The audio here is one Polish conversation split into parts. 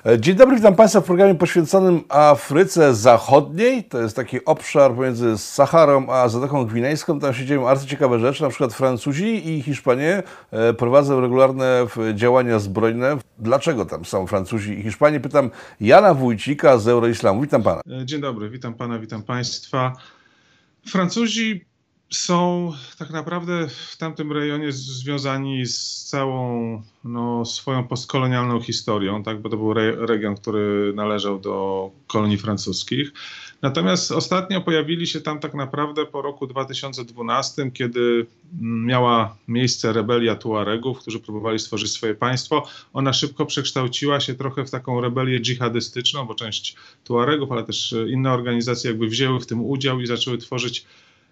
Dzień dobry, witam Państwa w programie poświęconym Afryce Zachodniej. To jest taki obszar pomiędzy Saharą a Zatoką Gwinejską. Tam się dzieją arcyciekawe rzeczy. Na przykład Francuzi i Hiszpanie prowadzą regularne działania zbrojne. Dlaczego tam są Francuzi i Hiszpanie? Pytam Jana Wójcika z Euroislamu. Witam Pana. Dzień dobry, witam Pana, witam Państwa. Francuzi są tak naprawdę w tamtym rejonie związani z całą swoją postkolonialną historią, tak, bo to był region, który należał do kolonii francuskich. Natomiast ostatnio pojawili się tam tak naprawdę po roku 2012, kiedy miała miejsce rebelia Tuaregów, którzy próbowali stworzyć swoje państwo. Ona szybko przekształciła się trochę w taką rebelię dżihadystyczną, bo część Tuaregów, ale też inne organizacje jakby wzięły w tym udział i zaczęły tworzyć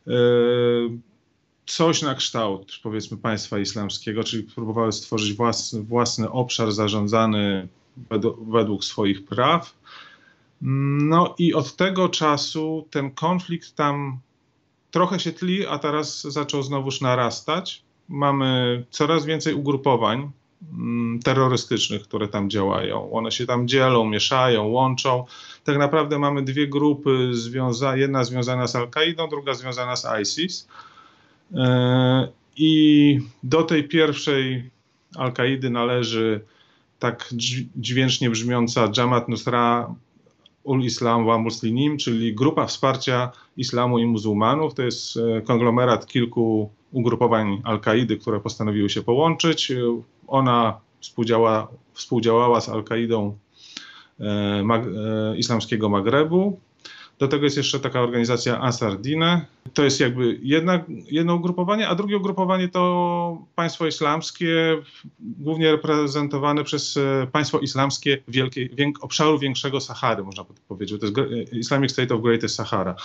coś na kształt, powiedzmy, państwa islamskiego, czyli próbowały stworzyć własny obszar zarządzany według swoich praw. No i od tego czasu ten konflikt tam trochę się tli, a teraz zaczął znowuż narastać. Mamy coraz więcej ugrupowań terrorystycznych, które tam działają. One się tam dzielą, mieszają, łączą. Tak naprawdę mamy dwie grupy, jedna związana z Al-Kaidą, druga związana z ISIS. I do tej pierwszej Al-Kaidy należy tak dźwięcznie brzmiąca Jamaat Nusra ul-Islam wa Muslimin, czyli grupa wsparcia islamu i muzułmanów. To jest konglomerat kilku ugrupowań Al-Kaidy, które postanowiły się połączyć. Ona współdziałała z Al-Kaidą islamskiego Magrebu. Do tego jest jeszcze taka organizacja Ansar Dine. To jest jakby jedno ugrupowanie, a drugie ugrupowanie to państwo islamskie, głównie reprezentowane przez państwo islamskie obszaru większego Sahary, można powiedzieć. To jest Islamic State of Greater Sahara.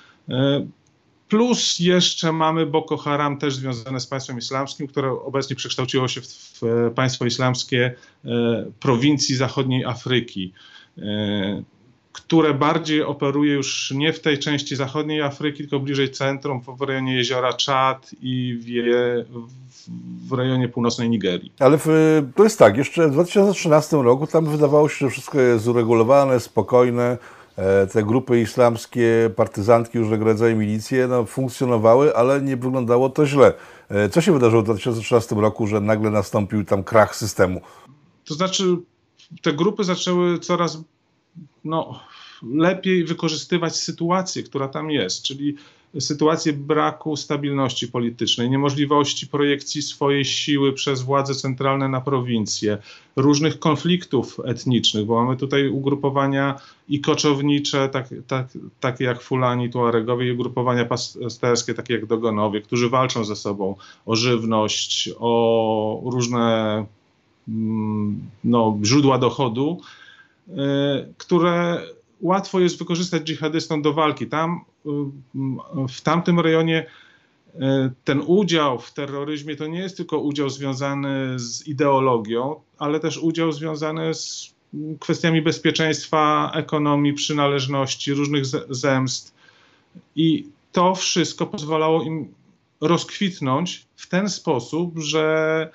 Plus jeszcze mamy Boko Haram, też związane z państwem islamskim, które obecnie przekształciło się w państwo islamskie prowincji zachodniej Afryki, które bardziej operuje już nie w tej części zachodniej Afryki, tylko bliżej centrum, w rejonie jeziora Czad i w rejonie północnej Nigerii. Ale to jest tak, jeszcze w 2013 roku tam wydawało się, że wszystko jest uregulowane, spokojne. Te grupy islamskie, partyzantki, różnego rodzaju milicje funkcjonowały, ale nie wyglądało to źle. Co się wydarzyło w 2013 roku, że nagle nastąpił tam krach systemu? To znaczy te grupy zaczęły coraz lepiej wykorzystywać sytuację, która tam jest, czyli sytuację braku stabilności politycznej, niemożliwości projekcji swojej siły przez władze centralne na prowincje, różnych konfliktów etnicznych, bo mamy tutaj ugrupowania i koczownicze, takie jak Fulani, Tuaregowie, i ugrupowania pasterskie, takie jak Dogonowie, którzy walczą ze sobą o żywność, o różne źródła dochodu, które łatwo jest wykorzystać dżihadystom do walki. Tam, w tamtym rejonie ten udział w terroryzmie to nie jest tylko udział związany z ideologią, ale też udział związany z kwestiami bezpieczeństwa, ekonomii, przynależności, różnych zemst. I to wszystko pozwalało im rozkwitnąć w ten sposób, że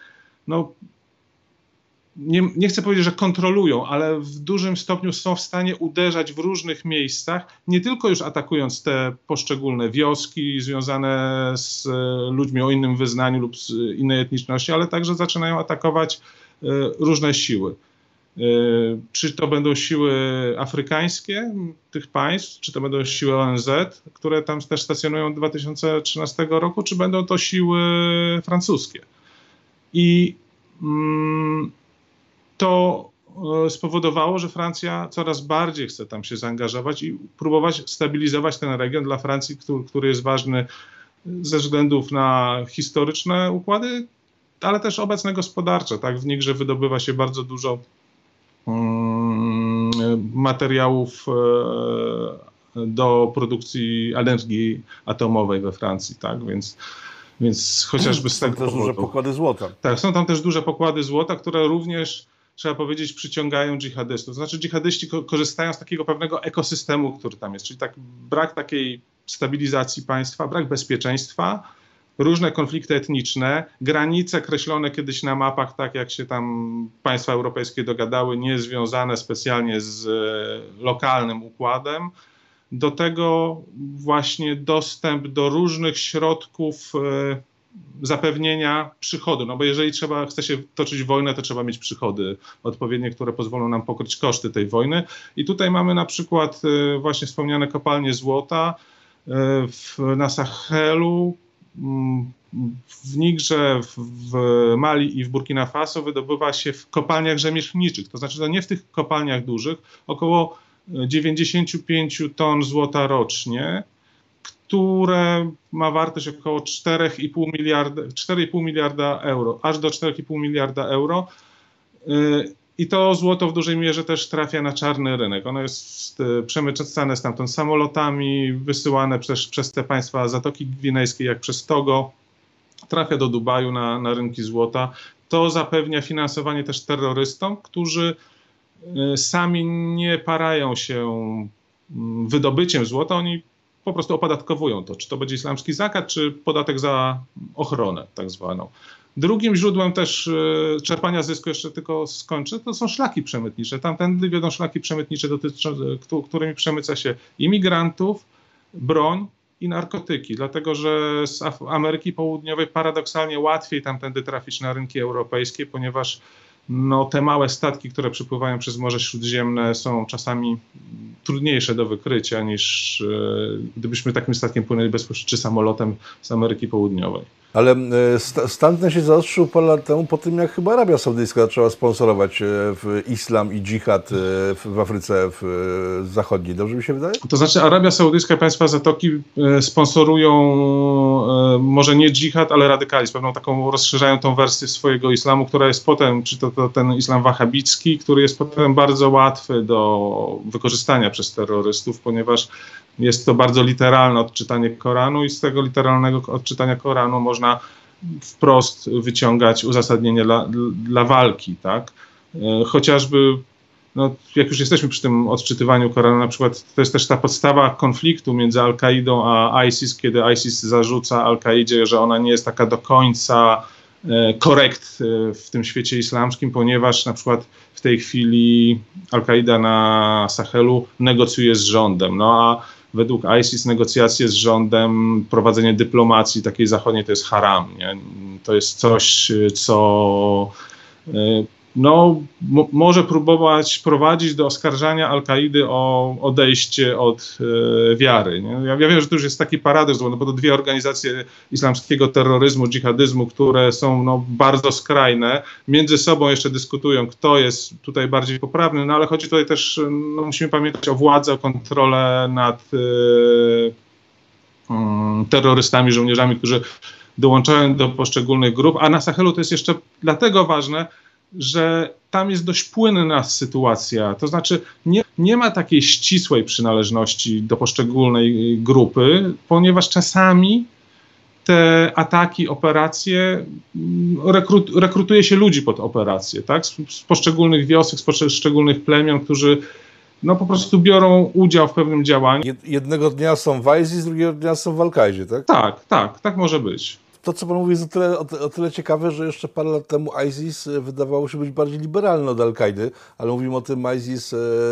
nie chcę powiedzieć, że kontrolują, ale w dużym stopniu są w stanie uderzać w różnych miejscach, nie tylko już atakując te poszczególne wioski związane z ludźmi o innym wyznaniu lub z innej etniczności, ale także zaczynają atakować różne siły. Czy to będą siły afrykańskie tych państw, czy to będą siły ONZ, które tam też stacjonują od 2013 roku, czy będą to siły francuskie. I to spowodowało, że Francja coraz bardziej chce tam się zaangażować i próbować stabilizować ten region dla Francji, który jest ważny ze względów na historyczne układy, ale też obecne gospodarcze. Tak? W Nigrze wydobywa się bardzo dużo materiałów do produkcji energii atomowej we Francji, tak? Więc chociażby z tego powodu. Są też duże pokłady złota. Tak, są tam też duże pokłady złota, które również, trzeba powiedzieć, przyciągają dżihadystów. To znaczy dżihadyści korzystają z takiego pewnego ekosystemu, który tam jest, czyli brak takiej stabilizacji państwa, brak bezpieczeństwa, różne konflikty etniczne, granice kreślone kiedyś na mapach, tak jak się tam państwa europejskie dogadały, nie związane specjalnie z lokalnym układem. Do tego właśnie dostęp do różnych środków zapewnienia przychodu, no bo jeżeli chce się toczyć wojnę, to trzeba mieć przychody odpowiednie, które pozwolą nam pokryć koszty tej wojny. I tutaj mamy na przykład właśnie wspomniane kopalnie złota na Sahelu, w Nigrze, w Mali i w Burkina Faso wydobywa się w kopalniach rzemieślniczych, to znaczy to nie w tych kopalniach dużych, około 95 ton złota rocznie, które ma wartość około 4,5 miliarda euro, aż do 4,5 miliarda euro. I to złoto w dużej mierze też trafia na czarny rynek. Ono jest przemycane stamtąd samolotami, wysyłane przez te państwa Zatoki Gwinejskiej, jak przez Togo, trafia do Dubaju na rynki złota. To zapewnia finansowanie też terrorystom, którzy sami nie parają się wydobyciem złota, oni po prostu opodatkowują to, czy to będzie islamski zakat, czy podatek za ochronę tak zwaną. Drugim źródłem też czerpania zysku, jeszcze tylko skończę, to są szlaki przemytnicze. Tamtędy wiodą szlaki przemytnicze, którymi przemyca się imigrantów, broń i narkotyki, dlatego że z Ameryki Południowej paradoksalnie łatwiej tamtędy trafić na rynki europejskie, ponieważ no, te małe statki, które przypływają przez Morze Śródziemne, są czasami trudniejsze do wykrycia niż gdybyśmy takim statkiem płynęli bezpośrednio czy samolotem z Ameryki Południowej. Ale stan ten się zaostrzył parę lat temu po tym, jak chyba Arabia Saudyjska zaczęła sponsorować islam i dżihad w Afryce Zachodniej. Dobrze mi się wydaje? To znaczy Arabia Saudyjska i państwa Zatoki sponsorują może nie dżihad, ale radykalizm. Pewną taką rozszerzają tą wersję swojego islamu, która jest potem, czy to ten islam wahabicki, który jest potem bardzo łatwy do wykorzystania przez terrorystów, ponieważ jest to bardzo literalne odczytanie Koranu i z tego literalnego odczytania Koranu można wprost wyciągać uzasadnienie dla walki, tak? Chociażby, no, jak już jesteśmy przy tym odczytywaniu Koranu, na przykład to jest też ta podstawa konfliktu między Al-Kaidą a ISIS, kiedy ISIS zarzuca Al-Kaidzie, że ona nie jest taka do końca korekt w tym świecie islamskim, ponieważ na przykład w tej chwili Al-Kaida na Sahelu negocjuje z rządem, no a według ISIS negocjacje z rządem, prowadzenie dyplomacji takiej zachodniej to jest haram, nie? To jest coś, co no, może próbować prowadzić do oskarżania Al-Kaidy o odejście od wiary. Nie? Ja wiem, że to już jest taki paradoks, bo to dwie organizacje islamskiego terroryzmu, dżihadyzmu, które są no, bardzo skrajne, między sobą jeszcze dyskutują, kto jest tutaj bardziej poprawny, no ale chodzi tutaj też, no, musimy pamiętać o władzę, o kontrolę nad terrorystami, żołnierzami, którzy dołączają do poszczególnych grup, a na Sahelu to jest jeszcze dlatego ważne, że tam jest dość płynna sytuacja, to znaczy nie ma takiej ścisłej przynależności do poszczególnej grupy, ponieważ czasami te ataki, operacje, rekrutuje się ludzi pod operacje, tak? Z poszczególnych wiosek, z poszczególnych plemion, którzy no po prostu biorą udział w pewnym działaniu. Jednego dnia są w ISIS, drugiego dnia są w Al-Kaidzie, tak? Tak może być. To, co pan mówi, jest o tyle ciekawe, że jeszcze parę lat temu ISIS wydawało się być bardziej liberalny od Al-Kaidy, ale mówimy o tym ISIS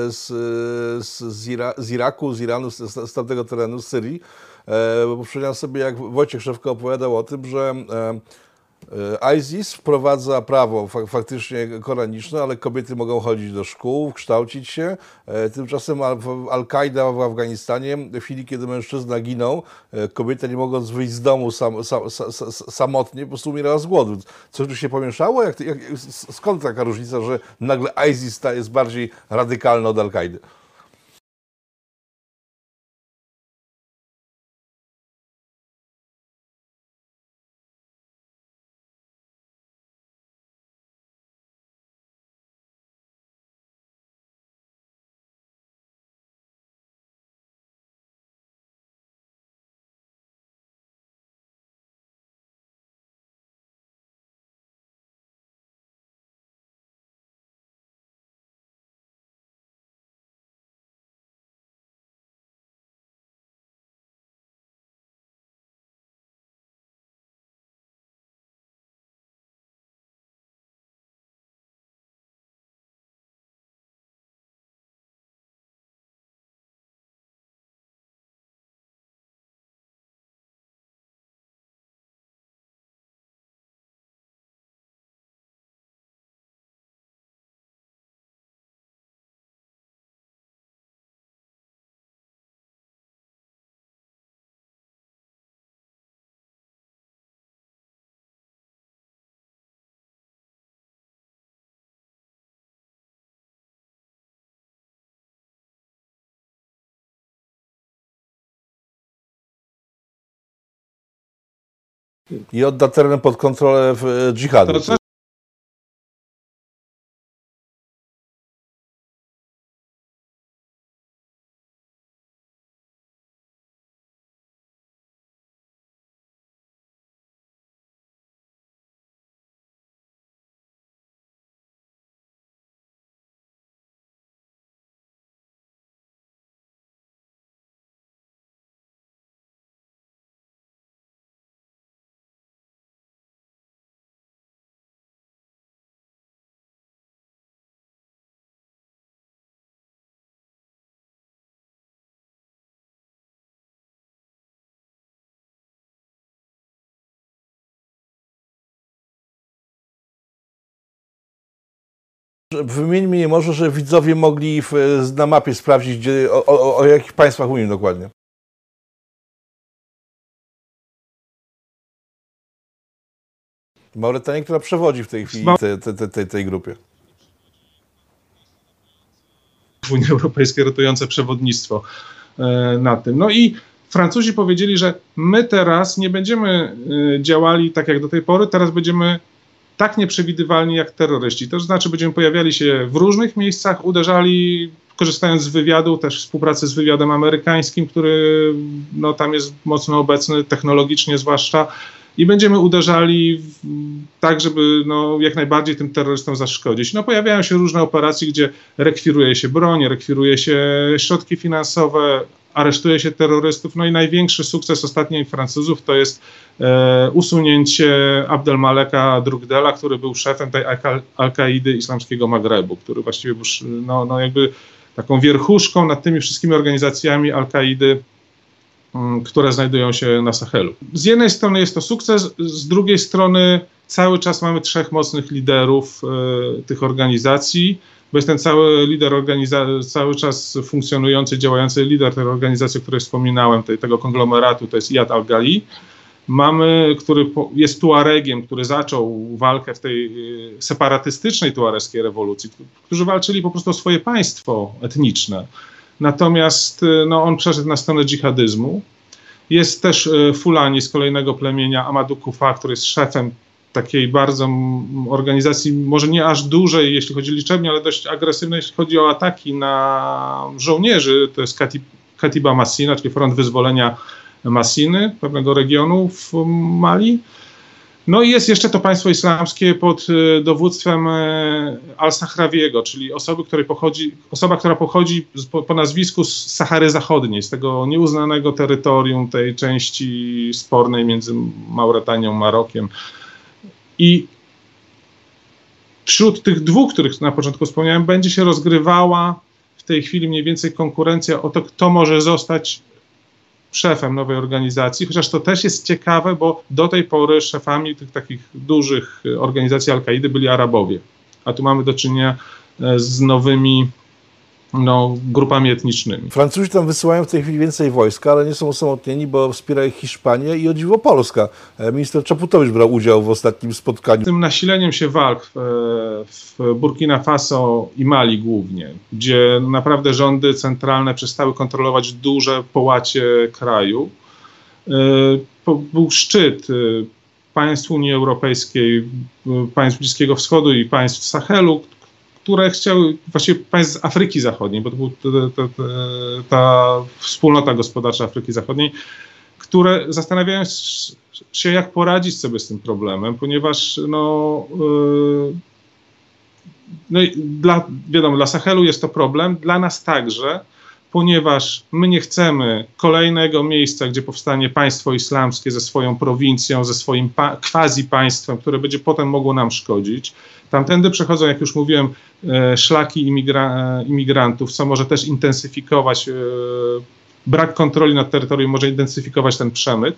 z Iraku, z Iranu, z tamtego terenu, z Syrii. Bo przypomniałem sobie, jak Wojciech Szewko opowiadał o tym, że ISIS wprowadza prawo faktycznie koraniczne, ale kobiety mogą chodzić do szkół, kształcić się. Tymczasem Al-Kaida w Afganistanie, w chwili, kiedy mężczyzna ginął, kobieta nie mogąc wyjść z domu samotnie, po prostu umierała z głodu. Coś tu się pomieszało? Skąd taka różnica, że nagle ISIS jest bardziej radykalny od Al-Kaidy? I odda teren pod kontrolę dżihadu. Wymieńmy je może, że widzowie mogli na mapie sprawdzić, gdzie, o jakich państwach mówimy dokładnie. Mauretanii, która przewodzi w tej chwili tej grupie. W Unii Europejskiej rotujące przewodnictwo na tym. No i Francuzi powiedzieli, że my teraz nie będziemy działali tak jak do tej pory, teraz będziemy tak nieprzewidywalni jak terroryści. To znaczy będziemy pojawiali się w różnych miejscach, uderzali, korzystając z wywiadu, też współpracy z wywiadem amerykańskim, który no, tam jest mocno obecny, technologicznie zwłaszcza, i będziemy uderzali tak, żeby no, jak najbardziej tym terrorystom zaszkodzić. No, pojawiają się różne operacje, gdzie rekwiruje się broń, rekwiruje się środki finansowe, aresztuje się terrorystów. No i największy sukces ostatnich Francuzów to jest usunięcie Abdelmaleka Drukdela, który był szefem tej Al-Kaidy Islamskiego Magrebu, który właściwie był no jakby taką wierchuszką nad tymi wszystkimi organizacjami Al-Kaidy, które znajdują się na Sahelu. Z jednej strony jest to sukces, z drugiej strony cały czas mamy trzech mocnych liderów tych organizacji, bo jest ten cały lider cały czas funkcjonujący, działający lider tej organizacji, o której wspominałem, tego konglomeratu, to jest Iyad al-Ghali. Mamy, który jest Tuaregiem, który zaczął walkę w tej separatystycznej tuareskiej rewolucji, którzy walczyli po prostu o swoje państwo etniczne. Natomiast no, on przeszedł na stronę dżihadyzmu. Jest też Fulani z kolejnego plemienia, Amadou Kufa, który jest szefem takiej bardzo organizacji, może nie aż dużej, jeśli chodzi liczebnie, ale dość agresywnej, jeśli chodzi o ataki na żołnierzy. To jest Katiba Massina, czyli Front Wyzwolenia Massiny, pewnego regionu w Mali. No i jest jeszcze to państwo islamskie pod dowództwem al-Sahrawiego, czyli osoba, która pochodzi po nazwisku z Sahary Zachodniej, z tego nieuznanego terytorium, tej części spornej między Mauretanią a Marokiem. I wśród tych dwóch, których na początku wspomniałem, będzie się rozgrywała w tej chwili mniej więcej konkurencja o to, kto może zostać szefem nowej organizacji, chociaż to też jest ciekawe, bo do tej pory szefami tych takich dużych organizacji Al-Kaidy byli Arabowie, a tu mamy do czynienia z nowymi grupami etnicznymi. Francuzi tam wysyłają w tej chwili więcej wojska, ale nie są osamotnieni, bo wspiera ich Hiszpania i o dziwo Polska. Minister Czaputowicz brał udział w ostatnim spotkaniu. Tym nasileniem się walk w Burkina Faso i Mali głównie, gdzie naprawdę rządy centralne przestały kontrolować duże połacie kraju, był szczyt państw Unii Europejskiej, państw Bliskiego Wschodu i państw Sahelu, które chciały, właściwie państw z Afryki Zachodniej, bo to była ta wspólnota gospodarcza Afryki Zachodniej, które zastanawiają się, jak poradzić sobie z tym problemem, ponieważ wiadomo, dla Sahelu jest to problem, dla nas także, ponieważ my nie chcemy kolejnego miejsca, gdzie powstanie państwo islamskie ze swoją prowincją, ze swoim quasi-państwem, które będzie potem mogło nam szkodzić. Tamtędy przechodzą, jak już mówiłem, szlaki imigrantów, co może też intensyfikować, brak kontroli nad terytorium może intensyfikować ten przemyt.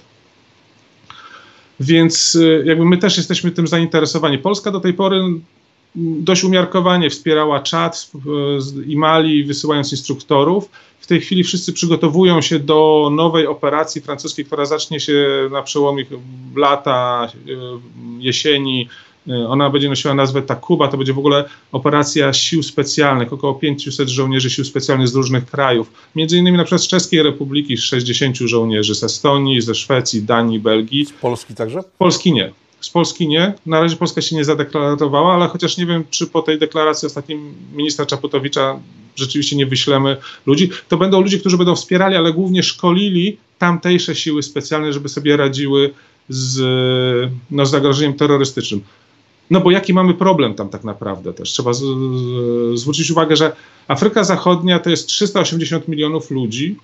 Więc jakby my też jesteśmy tym zainteresowani. Polska do tej pory dość umiarkowanie wspierała Czad i Mali, wysyłając instruktorów. W tej chwili wszyscy przygotowują się do nowej operacji francuskiej, która zacznie się na przełomie lata, jesieni Ona będzie nosiła nazwę Takuba, to będzie w ogóle operacja sił specjalnych, około 500 żołnierzy sił specjalnych z różnych krajów, między innymi na przykład z Czeskiej Republiki 60 żołnierzy, z Estonii, ze Szwecji, Danii, Belgii. Z Polski także? Polski nie. Z Polski nie. Na razie Polska się nie zadeklarowała, ale chociaż nie wiem, czy po tej deklaracji ostatniej ministra Czaputowicza rzeczywiście nie wyślemy ludzi. To będą ludzie, którzy będą wspierali, ale głównie szkolili tamtejsze siły specjalne, żeby sobie radziły z zagrożeniem terrorystycznym. No bo jaki mamy problem tam tak naprawdę też? Trzeba zwrócić uwagę, że Afryka Zachodnia to jest 380 milionów ludzi.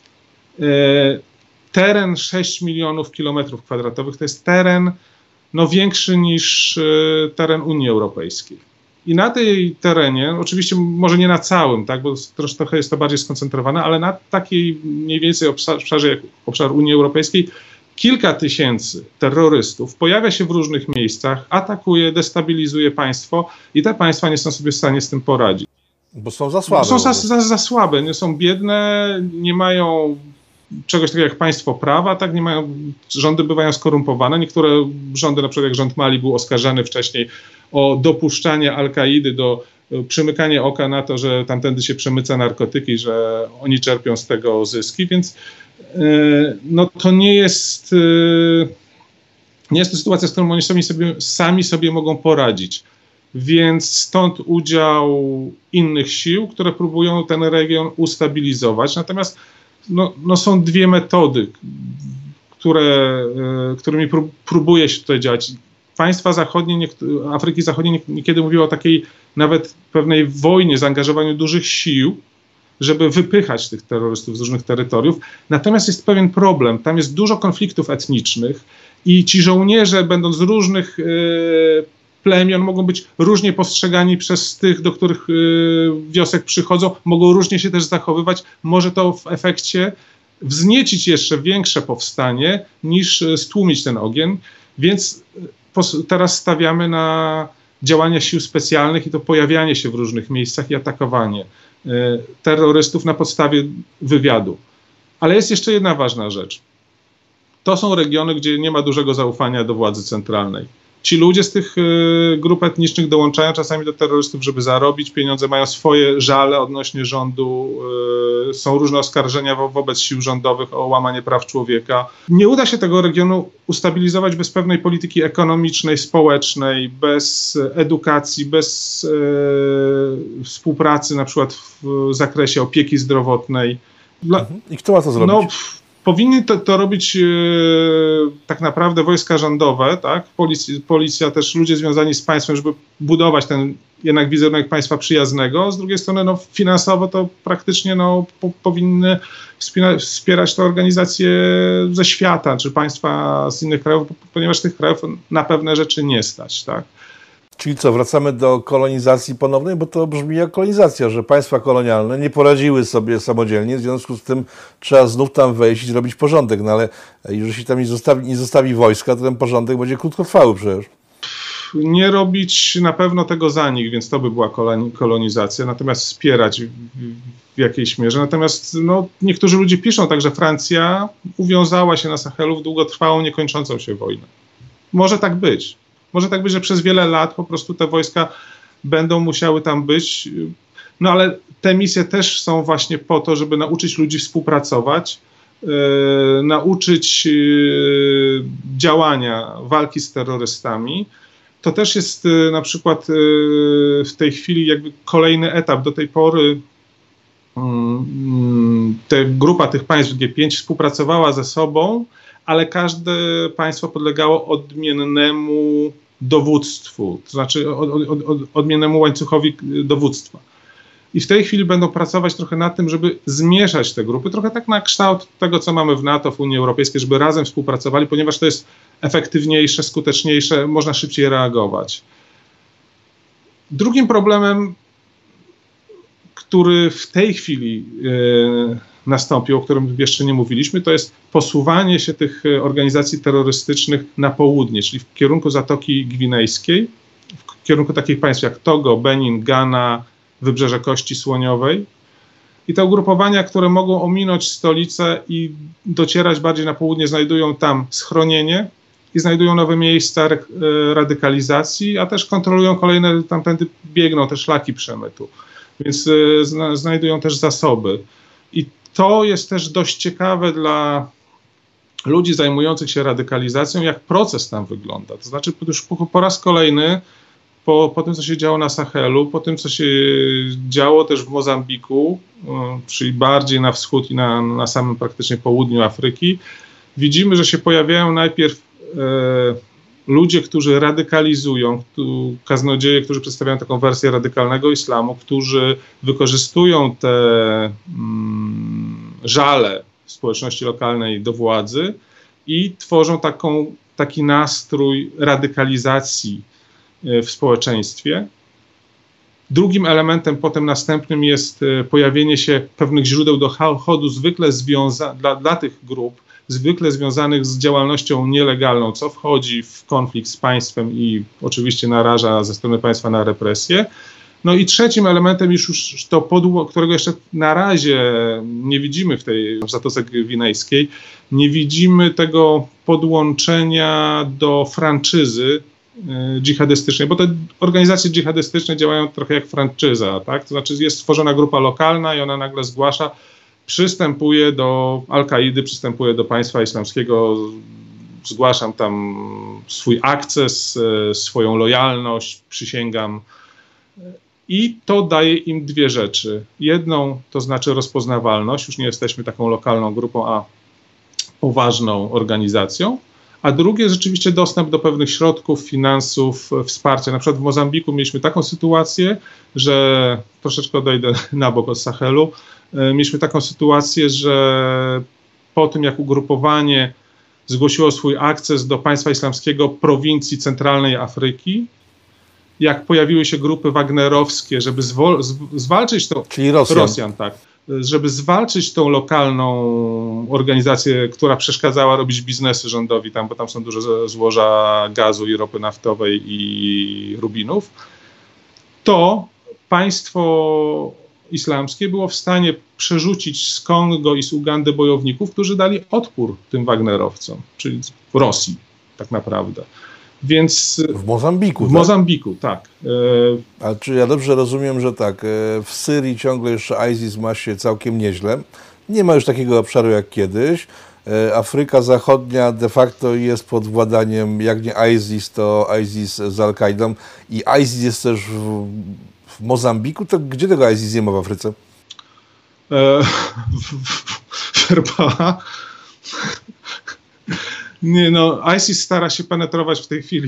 Teren 6 milionów kilometrów kwadratowych to jest teren większy niż teren Unii Europejskiej. I na tej terenie, oczywiście może nie na całym, tak, bo trochę jest to bardziej skoncentrowane, ale na takiej mniej więcej obszarze jak obszar Unii Europejskiej kilka tysięcy terrorystów pojawia się w różnych miejscach, atakuje, destabilizuje państwo i te państwa nie są sobie w stanie z tym poradzić. Bo są za słabe. Są za słabe, nie są biedne, nie mają czegoś takiego jak państwo prawa, tak, nie mają, rządy bywają skorumpowane. Niektóre rządy, na przykład jak rząd Mali był oskarżany wcześniej o dopuszczanie Al-Kaidy do przymykania oka na to, że tamtędy się przemyca narkotyki, że oni czerpią z tego zyski, więc to nie jest to sytuacja, z którą oni sami sobie mogą poradzić. Więc stąd udział innych sił, które próbują ten region ustabilizować. Natomiast są dwie metody, którymi próbuje się tutaj działać. Państwa zachodnie, Afryki Zachodniej niekiedy mówiło o takiej nawet pewnej wojnie, zaangażowaniu dużych sił, żeby wypychać tych terrorystów z różnych terytoriów. Natomiast jest pewien problem. Tam jest dużo konfliktów etnicznych i ci żołnierze, będąc z różnych plemion, mogą być różnie postrzegani przez tych, do których wiosek przychodzą, mogą różnie się też zachowywać. Może to w efekcie wzniecić jeszcze większe powstanie, niż stłumić ten ogień. Więc teraz stawiamy na działania sił specjalnych i to pojawianie się w różnych miejscach i atakowanie terrorystów na podstawie wywiadu. Ale jest jeszcze jedna ważna rzecz. To są regiony, gdzie nie ma dużego zaufania do władzy centralnej. Ci ludzie z tych grup etnicznych dołączają czasami do terrorystów, żeby zarobić pieniądze, mają swoje żale odnośnie rządu, są różne oskarżenia wobec sił rządowych o łamanie praw człowieka. Nie uda się tego regionu ustabilizować bez pewnej polityki ekonomicznej, społecznej, bez edukacji, bez współpracy na przykład w zakresie opieki zdrowotnej. I kto ma to zrobić? Powinny to robić tak naprawdę wojska rządowe, tak? Policja, też ludzie związani z państwem, żeby budować ten jednak wizerunek państwa przyjaznego. Z drugiej strony finansowo to praktycznie powinny wspierać te organizacje ze świata, czy państwa z innych krajów, ponieważ tych krajów na pewne rzeczy nie stać. Tak? Czyli co, wracamy do kolonizacji ponownej, bo to brzmi jak kolonizacja, że państwa kolonialne nie poradziły sobie samodzielnie, w związku z tym trzeba znów tam wejść i zrobić porządek, no ale jeżeli się tam nie zostawi wojska, to ten porządek będzie krótkotrwały przecież. Nie robić na pewno tego za nich, więc to by była kolonizacja, natomiast wspierać w jakiejś mierze. Natomiast niektórzy ludzie piszą tak, że Francja uwiązała się na Sahelu w długotrwałą, niekończącą się wojnę. Może tak być. Może tak być, że przez wiele lat po prostu te wojska będą musiały tam być, ale te misje też są właśnie po to, żeby nauczyć ludzi współpracować, nauczyć działania, walki z terrorystami. To też jest na przykład w tej chwili jakby kolejny etap. Do tej pory grupa tych państw G5 współpracowała ze sobą, ale każde państwo podlegało odmiennemu dowództwu, to znaczy odmiennemu łańcuchowi dowództwa. I w tej chwili będą pracować trochę nad tym, żeby zmieszać te grupy, trochę tak na kształt tego, co mamy w NATO, w Unii Europejskiej, żeby razem współpracowali, ponieważ to jest efektywniejsze, skuteczniejsze, można szybciej reagować. Drugim problemem, który w tej chwili nastąpił, o którym jeszcze nie mówiliśmy, to jest posuwanie się tych organizacji terrorystycznych na południe, czyli w kierunku Zatoki Gwinejskiej, w kierunku takich państw jak Togo, Benin, Ghana, Wybrzeże Kości Słoniowej. I te ugrupowania, które mogą ominąć stolicę i docierać bardziej na południe, znajdują tam schronienie, i znajdują nowe miejsca radykalizacji, a też kontrolują kolejne, tamtędy biegną te szlaki przemytu, więc znajdują też zasoby. I to jest też dość ciekawe dla ludzi zajmujących się radykalizacją, jak proces tam wygląda. To znaczy już po raz kolejny, po tym, co się działo na Sahelu, po tym, co się działo też w Mozambiku, czyli bardziej na wschód i na samym praktycznie południu Afryki, widzimy, że się pojawiają najpierw ludzie, którzy radykalizują, kaznodzieje, którzy przedstawiają taką wersję radykalnego islamu, którzy wykorzystują te żale społeczności lokalnej do władzy i tworzą taki nastrój radykalizacji w społeczeństwie. Drugim elementem potem następnym jest pojawienie się pewnych źródeł dochodu zwykle dla tych grup, zwykle związanych z działalnością nielegalną, co wchodzi w konflikt z państwem i oczywiście naraża ze strony państwa na represje. No i trzecim elementem już to którego jeszcze na razie nie widzimy w Zatoce Gwinejskiej, nie widzimy tego podłączenia do franczyzy dżihadystycznej, bo te organizacje dżihadystyczne działają trochę jak franczyza, tak? To znaczy jest stworzona grupa lokalna i ona nagle zgłasza, przystępuje do Al-Kaidy, przystępuje do państwa islamskiego, zgłaszam tam swój akces, swoją lojalność, przysięgam. I to daje im dwie rzeczy. Jedną to znaczy rozpoznawalność, już nie jesteśmy taką lokalną grupą, a poważną organizacją, a drugie rzeczywiście dostęp do pewnych środków, finansów, wsparcia. Na przykład w Mozambiku mieliśmy taką sytuację, że troszeczkę odejdę na bok od Sahelu, mieliśmy taką sytuację, że po tym jak ugrupowanie zgłosiło swój akces do państwa islamskiego prowincji centralnej Afryki, jak pojawiły się grupy wagnerowskie, żeby zwalczyć to... Czyli Rosjan, tak. Żeby zwalczyć tą lokalną organizację, która przeszkadzała robić biznesy rządowi tam, bo tam są duże złoża gazu i ropy naftowej i rubinów, to państwo islamskie było w stanie przerzucić z Kongo i z Ugandy bojowników, którzy dali odpór tym wagnerowcom, czyli w Rosji tak naprawdę. Więc w Mozambiku, w Mozambiku, tak. A czy ja dobrze rozumiem, że tak, w Syrii ciągle jeszcze ISIS ma się całkiem nieźle. Nie ma już takiego obszaru jak kiedyś. Afryka Zachodnia de facto jest pod władaniem, jak nie ISIS, to ISIS z Al-Kaidą. I ISIS jest też w Mozambiku. To gdzie tego ISIS nie ma w Afryce? Nie, no, ISIS stara się penetrować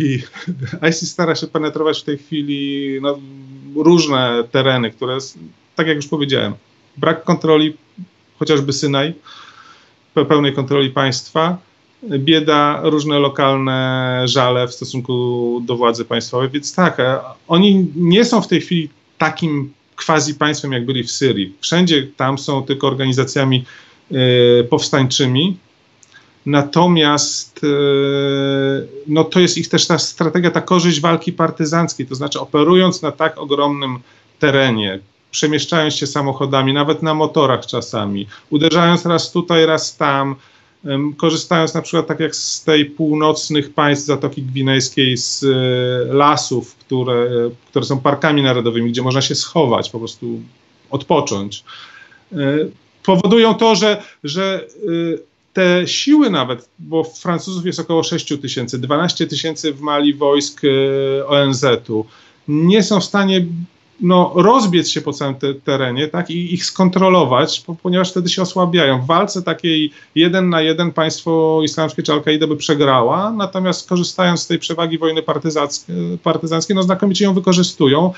w tej chwili no, różne tereny, które, tak jak już powiedziałem, brak kontroli, chociażby Synaj, pełnej kontroli państwa, bieda, różne lokalne żale w stosunku do władzy państwowej, więc tak, oni nie są w tej chwili takim quasi państwem, jak byli w Syrii. Wszędzie tam są tylko organizacjami powstańczymi. Natomiast no to jest ich też ta strategia, ta korzyść walki partyzanckiej, to znaczy operując na tak ogromnym terenie, przemieszczając się samochodami, nawet na motorach czasami, uderzając raz tutaj, raz tam, korzystając na przykład tak jak z tej północnych państw Zatoki Gwinejskiej, z lasów, które są parkami narodowymi, gdzie można się schować, po prostu odpocząć, powodują to, że te siły nawet, bo Francuzów jest około 6 000, 12 000 w Mali wojsk ONZ-u, nie są w stanie rozbiec się po całym terenie, tak, i ich skontrolować, ponieważ wtedy się osłabiają. W walce takiej 1 na 1 państwo islamskie czy Al-Kaida by przegrała, natomiast korzystając z tej przewagi wojny partyzanckiej, znakomicie ją wykorzystują,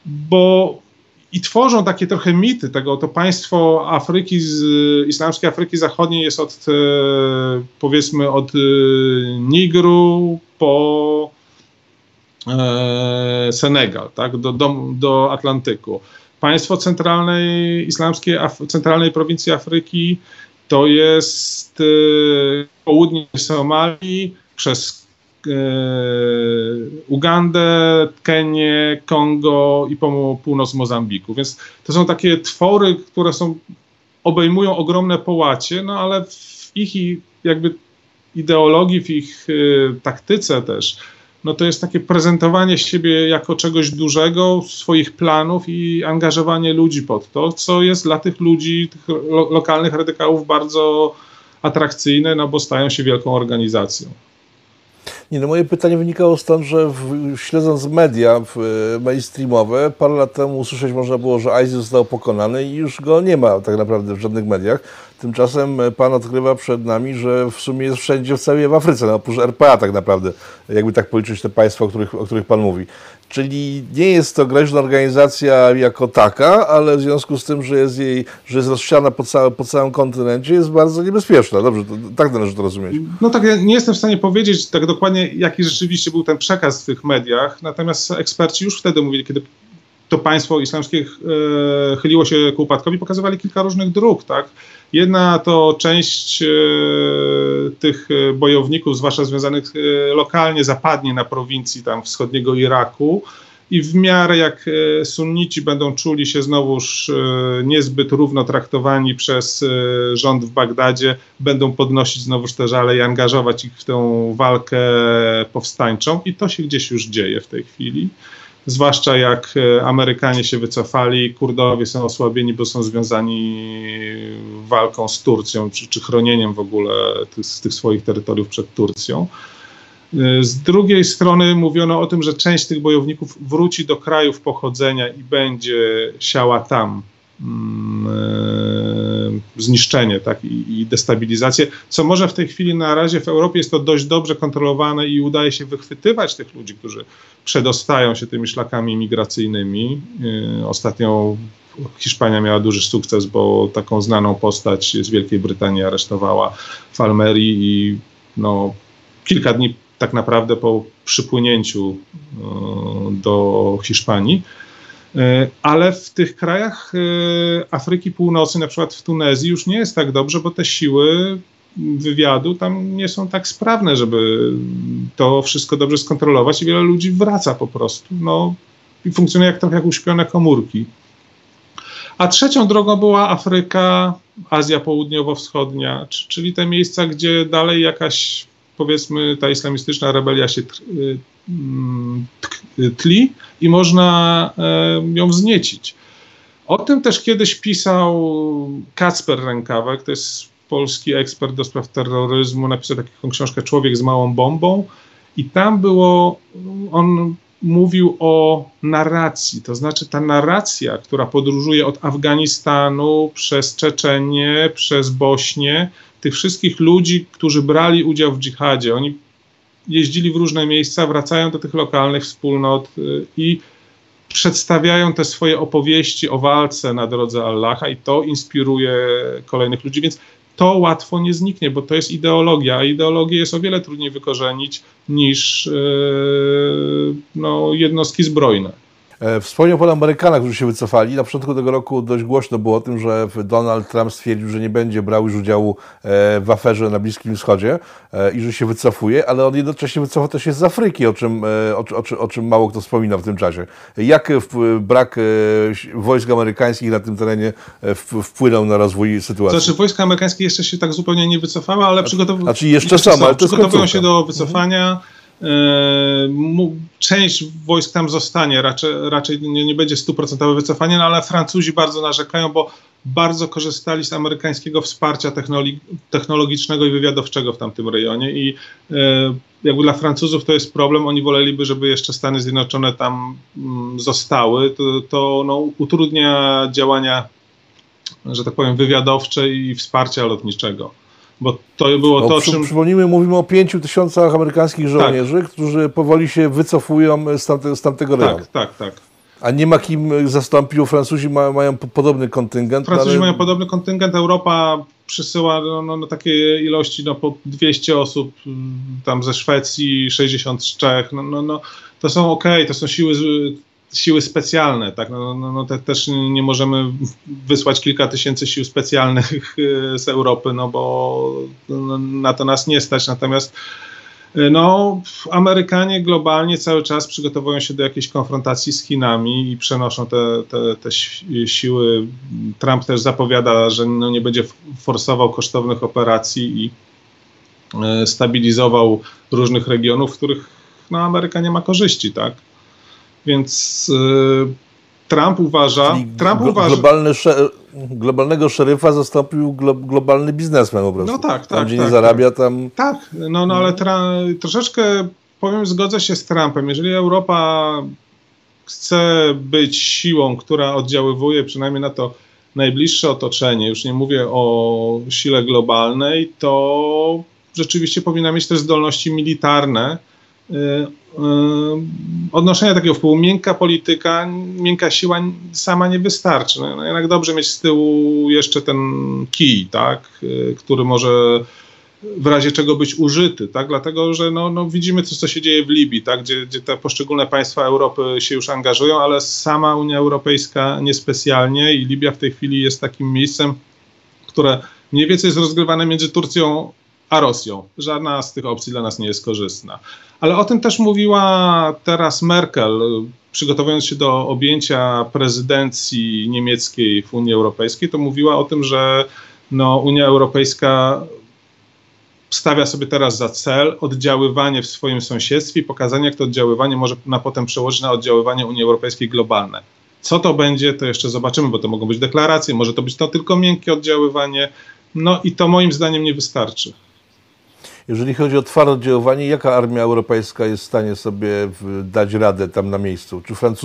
i tworzą takie trochę mity tego, to państwo islamskiej Afryki Zachodniej jest powiedzmy od Nigru po Senegal, tak, do Atlantyku. Państwo centralnej prowincji Afryki to jest południe Somalii przez Ugandę, Kenię, Kongo i północ Mozambiku. Więc to są takie twory, które obejmują ogromne połacie, ale w ich jakby ideologii, w ich taktyce też, no to jest takie prezentowanie siebie jako czegoś dużego, swoich planów i angażowanie ludzi pod to, co jest dla tych ludzi, tych lokalnych radykałów bardzo atrakcyjne, no bo stają się wielką organizacją. Nie, no moje pytanie wynikało stąd, że śledząc media mainstreamowe, parę lat temu usłyszeć można było, że ISIS został pokonany i już go nie ma tak naprawdę w żadnych mediach. Tymczasem pan odkrywa przed nami, że w sumie jest wszędzie, w całej Afryce, no oprócz RPA tak naprawdę, jakby tak policzyć te państwa, o których pan mówi. Czyli nie jest to groźna organizacja jako taka, ale w związku z tym, że jest rozsiana po całym kontynencie, jest bardzo niebezpieczna. Dobrze, tak należy to rozumieć. No tak, ja nie jestem w stanie powiedzieć tak dokładnie, jaki rzeczywiście był ten przekaz w tych mediach, natomiast eksperci już wtedy mówili, kiedy to państwo islamskie chyliło się ku upadkowi, pokazywali kilka różnych dróg, tak? Jedna to część tych bojowników, zwłaszcza związanych lokalnie, zapadnie na prowincji tam wschodniego Iraku i w miarę jak sunnici będą czuli się znowuż niezbyt równo traktowani przez rząd w Bagdadzie, będą podnosić znowuż te żale i angażować ich w tę walkę powstańczą i to się gdzieś już dzieje w tej chwili. Zwłaszcza jak Amerykanie się wycofali, Kurdowie są osłabieni, bo są związani walką z Turcją, czy chronieniem w ogóle tych swoich terytoriów przed Turcją. Z drugiej strony mówiono o tym, że część tych bojowników wróci do krajów pochodzenia i będzie siała tam zniszczenie, tak, i destabilizację, co może w tej chwili na razie w Europie jest to dość dobrze kontrolowane i udaje się wychwytywać tych ludzi, którzy przedostają się tymi szlakami migracyjnymi. Ostatnio Hiszpania miała duży sukces, bo taką znaną postać z Wielkiej Brytanii aresztowała w Almerii i no, kilka dni tak naprawdę po przypłynięciu do Hiszpanii. Ale w tych krajach Afryki Północnej, na przykład w Tunezji, już nie jest tak dobrze, bo te siły wywiadu tam nie są tak sprawne, żeby to wszystko dobrze skontrolować i wiele ludzi wraca po prostu. No, i funkcjonuje trochę jak uśpione komórki. A trzecią drogą była Afryka, Azja Południowo-Wschodnia, czyli te miejsca, gdzie dalej jakaś, powiedzmy, ta islamistyczna rebelia się tli i można ją wzniecić. O tym też kiedyś pisał Kacper Rękawek, to jest polski ekspert do spraw terroryzmu, napisał taką książkę Człowiek z małą bombą i tam on mówił o narracji, to znaczy ta narracja, która podróżuje od Afganistanu przez Czeczenię, przez Bośnię, tych wszystkich ludzi, którzy brali udział w dżihadzie, oni jeździli w różne miejsca, wracają do tych lokalnych wspólnot i przedstawiają te swoje opowieści o walce na drodze Allaha i to inspiruje kolejnych ludzi, więc to łatwo nie zniknie, bo to jest ideologia, a ideologię jest o wiele trudniej wykorzenić niż jednostki zbrojne. Wspomniał pan o Amerykanach, którzy się wycofali. Na początku tego roku dość głośno było o tym, że Donald Trump stwierdził, że nie będzie brał już udziału w aferze na Bliskim Wschodzie i że się wycofuje, ale on jednocześnie wycofał też się z Afryki, o czym mało kto wspomina w tym czasie. Jak brak wojsk amerykańskich na tym terenie wpłynął na rozwój sytuacji? Znaczy wojska amerykańskie jeszcze się tak zupełnie nie wycofały, ale przygotowują się do wycofania. Część wojsk tam zostanie, raczej nie będzie 100% wycofania, no ale Francuzi bardzo narzekają, bo bardzo korzystali z amerykańskiego wsparcia technologicznego i wywiadowczego w tamtym rejonie i jakby dla Francuzów to jest problem, oni woleliby, żeby jeszcze Stany Zjednoczone tam zostały, to utrudnia działania, że tak powiem, wywiadowcze i wsparcia lotniczego. Bo to było to, o czym... Przypomnijmy, mówimy o 5 000 amerykańskich żołnierzy, tak, którzy powoli się wycofują z tamtego rejonu. Tak. A nie ma kim zastąpił, Francuzi mają podobny kontyngent. Francuzi mają podobny kontyngent, Europa przysyła takie ilości, po 200 osób tam ze Szwecji, 60 z Czech, to są to są siły specjalne, tak? Też nie możemy wysłać kilka tysięcy sił specjalnych z Europy, bo na to nas nie stać. Natomiast Amerykanie globalnie cały czas przygotowują się do jakiejś konfrontacji z Chinami i przenoszą te siły. Trump też zapowiada, że nie będzie forsował kosztownych operacji stabilizował różnych regionów, w których no, Ameryka nie ma korzyści, tak? Więc Trump uważa... Globalnego szeryfa zastąpił globalny biznesmen po prostu. No tak, tam, tak. gdzie tak, nie zarabia, tam... Tak, no ale troszeczkę, powiem, zgodzę się z Trumpem. Jeżeli Europa chce być siłą, która oddziaływuje przynajmniej na to najbliższe otoczenie, już nie mówię o sile globalnej, to rzeczywiście powinna mieć też zdolności militarne, odnoszenia takiego wpływu. Miękka polityka, miękka siła sama nie wystarczy. No, jednak dobrze mieć z tyłu jeszcze ten kij, tak, który może w razie czego być użyty, tak, dlatego, że no widzimy, co się dzieje w Libii, tak, gdzie te poszczególne państwa Europy się już angażują, ale sama Unia Europejska niespecjalnie i Libia w tej chwili jest takim miejscem, które mniej więcej jest rozgrywane między Turcją a Rosją. Żadna z tych opcji dla nas nie jest korzystna. Ale o tym też mówiła teraz Merkel, przygotowując się do objęcia prezydencji niemieckiej w Unii Europejskiej, to mówiła o tym, że no, Unia Europejska stawia sobie teraz za cel oddziaływanie w swoim sąsiedztwie i pokazanie, jak to oddziaływanie może potem przełożyć na oddziaływanie Unii Europejskiej globalne. Co to będzie, to jeszcze zobaczymy, bo to mogą być deklaracje, może to być to tylko miękkie oddziaływanie, no i to moim zdaniem nie wystarczy. Jeżeli chodzi o twarde oddziaływanie, jaka armia europejska jest w stanie sobie dać radę tam na miejscu?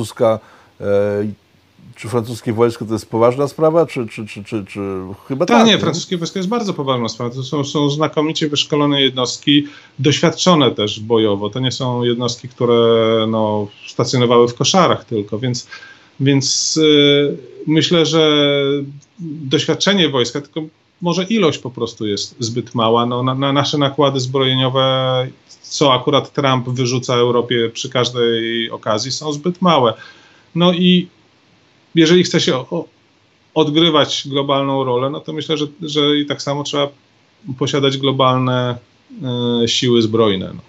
Czy francuskie wojsko to jest poważna sprawa, czy chyba tak? Nie, francuskie wojsko jest bardzo poważna sprawa. To są znakomicie wyszkolone jednostki, doświadczone też bojowo. To nie są jednostki, które no, stacjonowały w koszarach tylko, więc myślę, że doświadczenie wojska, tylko może ilość po prostu jest zbyt mała. No, na nasze nakłady zbrojeniowe, co akurat Trump wyrzuca Europie przy każdej okazji, są zbyt małe. No i jeżeli chce się odgrywać globalną rolę, no to myślę, że i tak samo trzeba posiadać globalne siły zbrojne. No.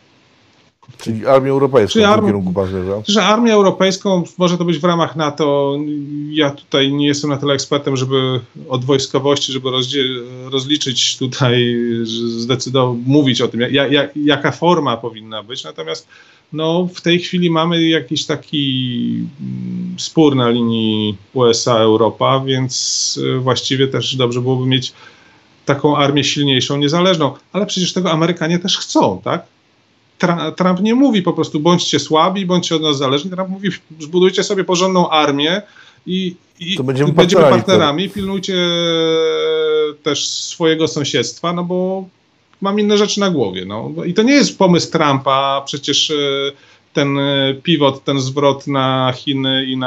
Czyli Armię Europejską w tym kierunku pan zmierza? Że Armię Europejską może to być w ramach NATO. Ja tutaj nie jestem na tyle ekspertem, żeby od wojskowości, żeby rozliczyć tutaj, mówić o tym, jaka forma powinna być. Natomiast no, w tej chwili mamy jakiś taki spór na linii USA-Europa, więc właściwie też dobrze byłoby mieć taką armię silniejszą, niezależną. Ale przecież tego Amerykanie też chcą, tak? Trump nie mówi po prostu bądźcie słabi, bądźcie od nas zależni. Trump mówi zbudujcie sobie porządną armię i będziemy partnerami, pilnujcie też swojego sąsiedztwa, no bo mam inne rzeczy na głowie. No. I to nie jest pomysł Trumpa, przecież ten pivot, ten zwrot na Chiny i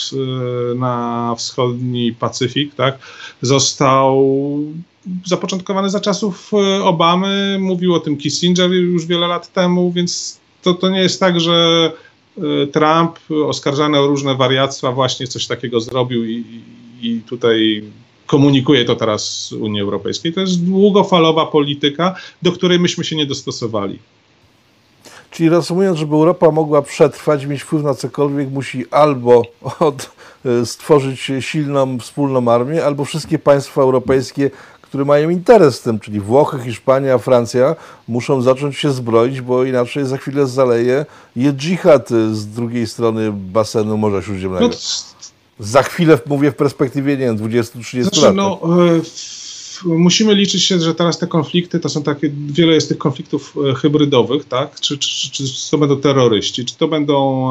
na wschodni Pacyfik, tak, został zapoczątkowany za czasów Obamy, mówił o tym Kissinger już wiele lat temu, więc to nie jest tak, że Trump oskarżany o różne wariactwa właśnie coś takiego zrobił i tutaj komunikuje to teraz Unii Europejskiej. To jest długofalowa polityka, do której myśmy się nie dostosowali. Czyli reasumując, żeby Europa mogła przetrwać, mieć wpływ na cokolwiek, musi albo stworzyć silną, wspólną armię, albo wszystkie państwa europejskie, które mają interes w tym, czyli Włochy, Hiszpania, Francja, muszą zacząć się zbroić, bo inaczej za chwilę zaleje je dżihad z drugiej strony basenu Morza Śródziemnego. Za chwilę, mówię w perspektywie, nie wiem, 20-30 lat. No, musimy liczyć się, że teraz te konflikty to są takie, wiele jest tych konfliktów hybrydowych, tak? Czy to będą terroryści, czy to będą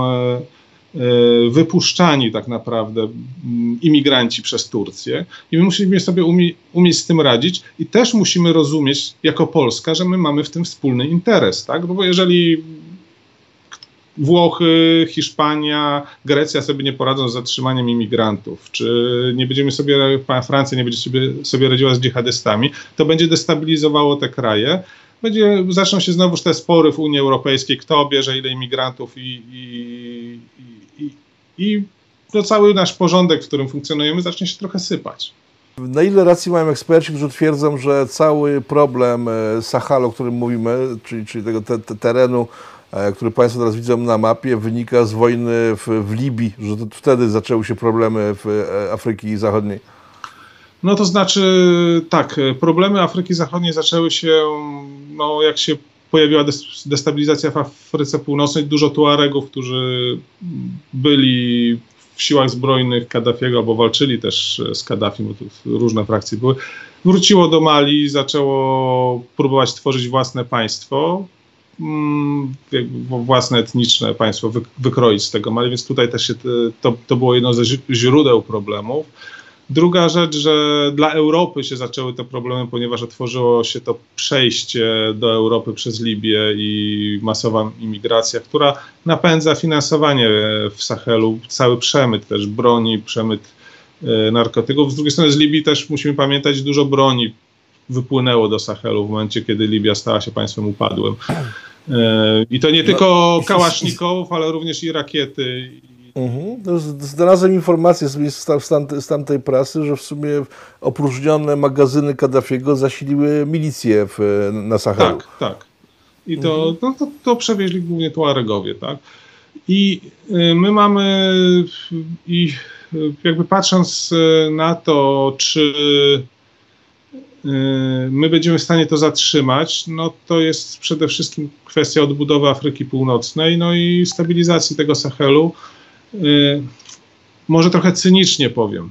wypuszczani tak naprawdę imigranci przez Turcję i my musimy sobie umieć z tym radzić i też musimy rozumieć jako Polska, że my mamy w tym wspólny interes, tak? Bo jeżeli Włochy, Hiszpania, Grecja sobie nie poradzą z zatrzymaniem imigrantów, czy nie będziemy sobie, Francja nie będzie sobie radziła z dżihadystami, to będzie destabilizowało te kraje. Zaczną się znowuż te spory w Unii Europejskiej, kto bierze ile imigrantów i cały nasz porządek, w którym funkcjonujemy, zacznie się trochę sypać. Na ile racji mają eksperci, którzy twierdzą, że cały problem Sahelu, o którym mówimy, czyli tego terenu, który Państwo teraz widzą na mapie, wynika z wojny w Libii, że to wtedy zaczęły się problemy w Afryki Zachodniej? No to znaczy tak, problemy Afryki Zachodniej zaczęły się, no jak się pojawiła destabilizacja w Afryce Północnej, dużo Tuaregów, którzy byli w siłach zbrojnych Kaddafiego albo walczyli też z Kaddafim, bo tu różne frakcje były, wróciło do Mali, zaczęło próbować tworzyć własne państwo, własne etniczne państwo, wykroić z tego Mali, więc tutaj też to było jedno ze źródeł problemów. Druga rzecz, że dla Europy się zaczęły te problemy, ponieważ otworzyło się to przejście do Europy przez Libię i masowa imigracja, która napędza finansowanie w Sahelu, cały przemyt też broni, przemyt narkotyków. Z drugiej strony z Libii też musimy pamiętać, dużo broni wypłynęło do Sahelu w momencie, kiedy Libia stała się państwem upadłym. I to nie tylko kałaszników, ale również i rakiety. Znalazłem informację z tamtej prasy, że w sumie opróżnione magazyny Kaddafiego zasiliły milicję na Sahelu. Tak. I to przewieźli głównie Tuaregowie, tak? I my mamy, i jakby patrząc na to, czy my będziemy w stanie to zatrzymać, no to jest przede wszystkim kwestia odbudowy Afryki Północnej, no i stabilizacji tego Sahelu. Może trochę cynicznie powiem,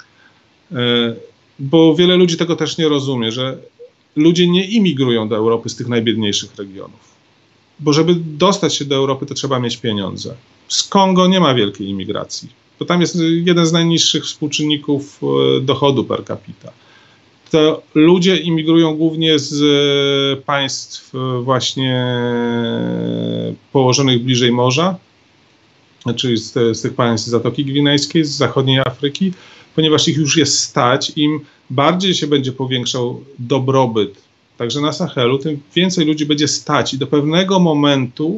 bo wiele ludzi tego też nie rozumie, że ludzie nie imigrują do Europy z tych najbiedniejszych regionów, bo żeby dostać się do Europy, to trzeba mieć pieniądze. Z Kongo nie ma wielkiej imigracji, bo tam jest jeden z najniższych współczynników dochodu per capita. To ludzie imigrują głównie z państw właśnie położonych bliżej morza, czyli z tych państw Zatoki Gwinejskiej, z zachodniej Afryki, ponieważ ich już jest stać, im bardziej się będzie powiększał dobrobyt, także na Sahelu, tym więcej ludzi będzie stać i do pewnego momentu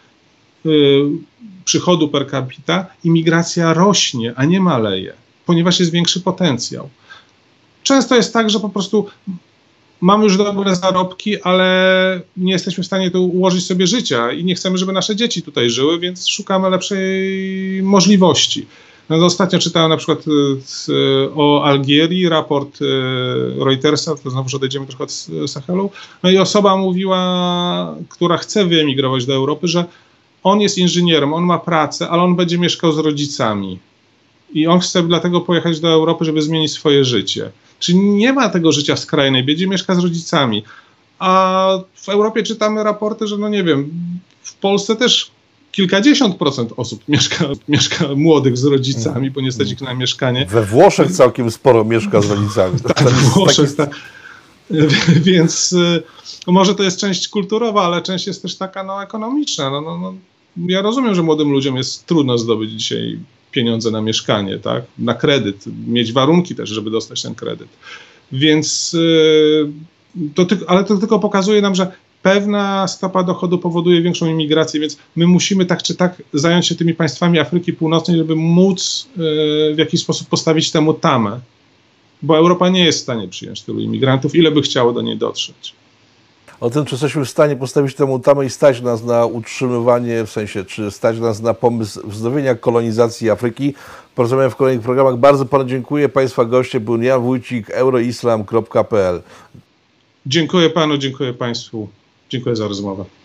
przychodu per capita imigracja rośnie, a nie maleje, ponieważ jest większy potencjał. Często jest tak, że po prostu mamy już dobre zarobki, ale nie jesteśmy w stanie tu ułożyć sobie życia i nie chcemy, żeby nasze dzieci tutaj żyły, więc szukamy lepszej możliwości. No, ostatnio czytałem na przykład o Algierii, raport Reutersa, to znowu odejdziemy trochę od Sahelu, no i osoba mówiła, która chce wyemigrować do Europy, że on jest inżynierem, on ma pracę, ale on będzie mieszkał z rodzicami i on chce dlatego pojechać do Europy, żeby zmienić swoje życie. Czyli nie ma tego życia w skrajnej biedzie, mieszka z rodzicami. A w Europie czytamy raporty, że no nie wiem, w Polsce też kilkadziesiąt procent osób mieszka młodych z rodzicami, bo nie stać ich na mieszkanie. We Włoszech całkiem sporo mieszka z rodzicami. Tak, we Włoszech, tak. Więc może to jest część kulturowa, ale część jest też taka ekonomiczna. Ja rozumiem, że młodym ludziom jest trudno zdobyć dzisiaj pieniądze na mieszkanie, tak? Na kredyt, mieć warunki też, żeby dostać ten kredyt. Więc ale to tylko pokazuje nam, że pewna stopa dochodu powoduje większą imigrację, więc my musimy tak czy tak zająć się tymi państwami Afryki Północnej, żeby móc w jakiś sposób postawić temu tamę, bo Europa nie jest w stanie przyjąć tylu imigrantów, ile by chciało do niej dotrzeć. O tym, czy jesteśmy w stanie postawić temu tamę i stać nas na utrzymywanie, w sensie, czy stać nas na pomysł wznowienia kolonizacji Afryki, porozmawiamy w kolejnych programach. Bardzo panu dziękuję. Państwa goście był Jan Wójcik, euroislam.pl. Dziękuję panu, dziękuję państwu. Dziękuję za rozmowę.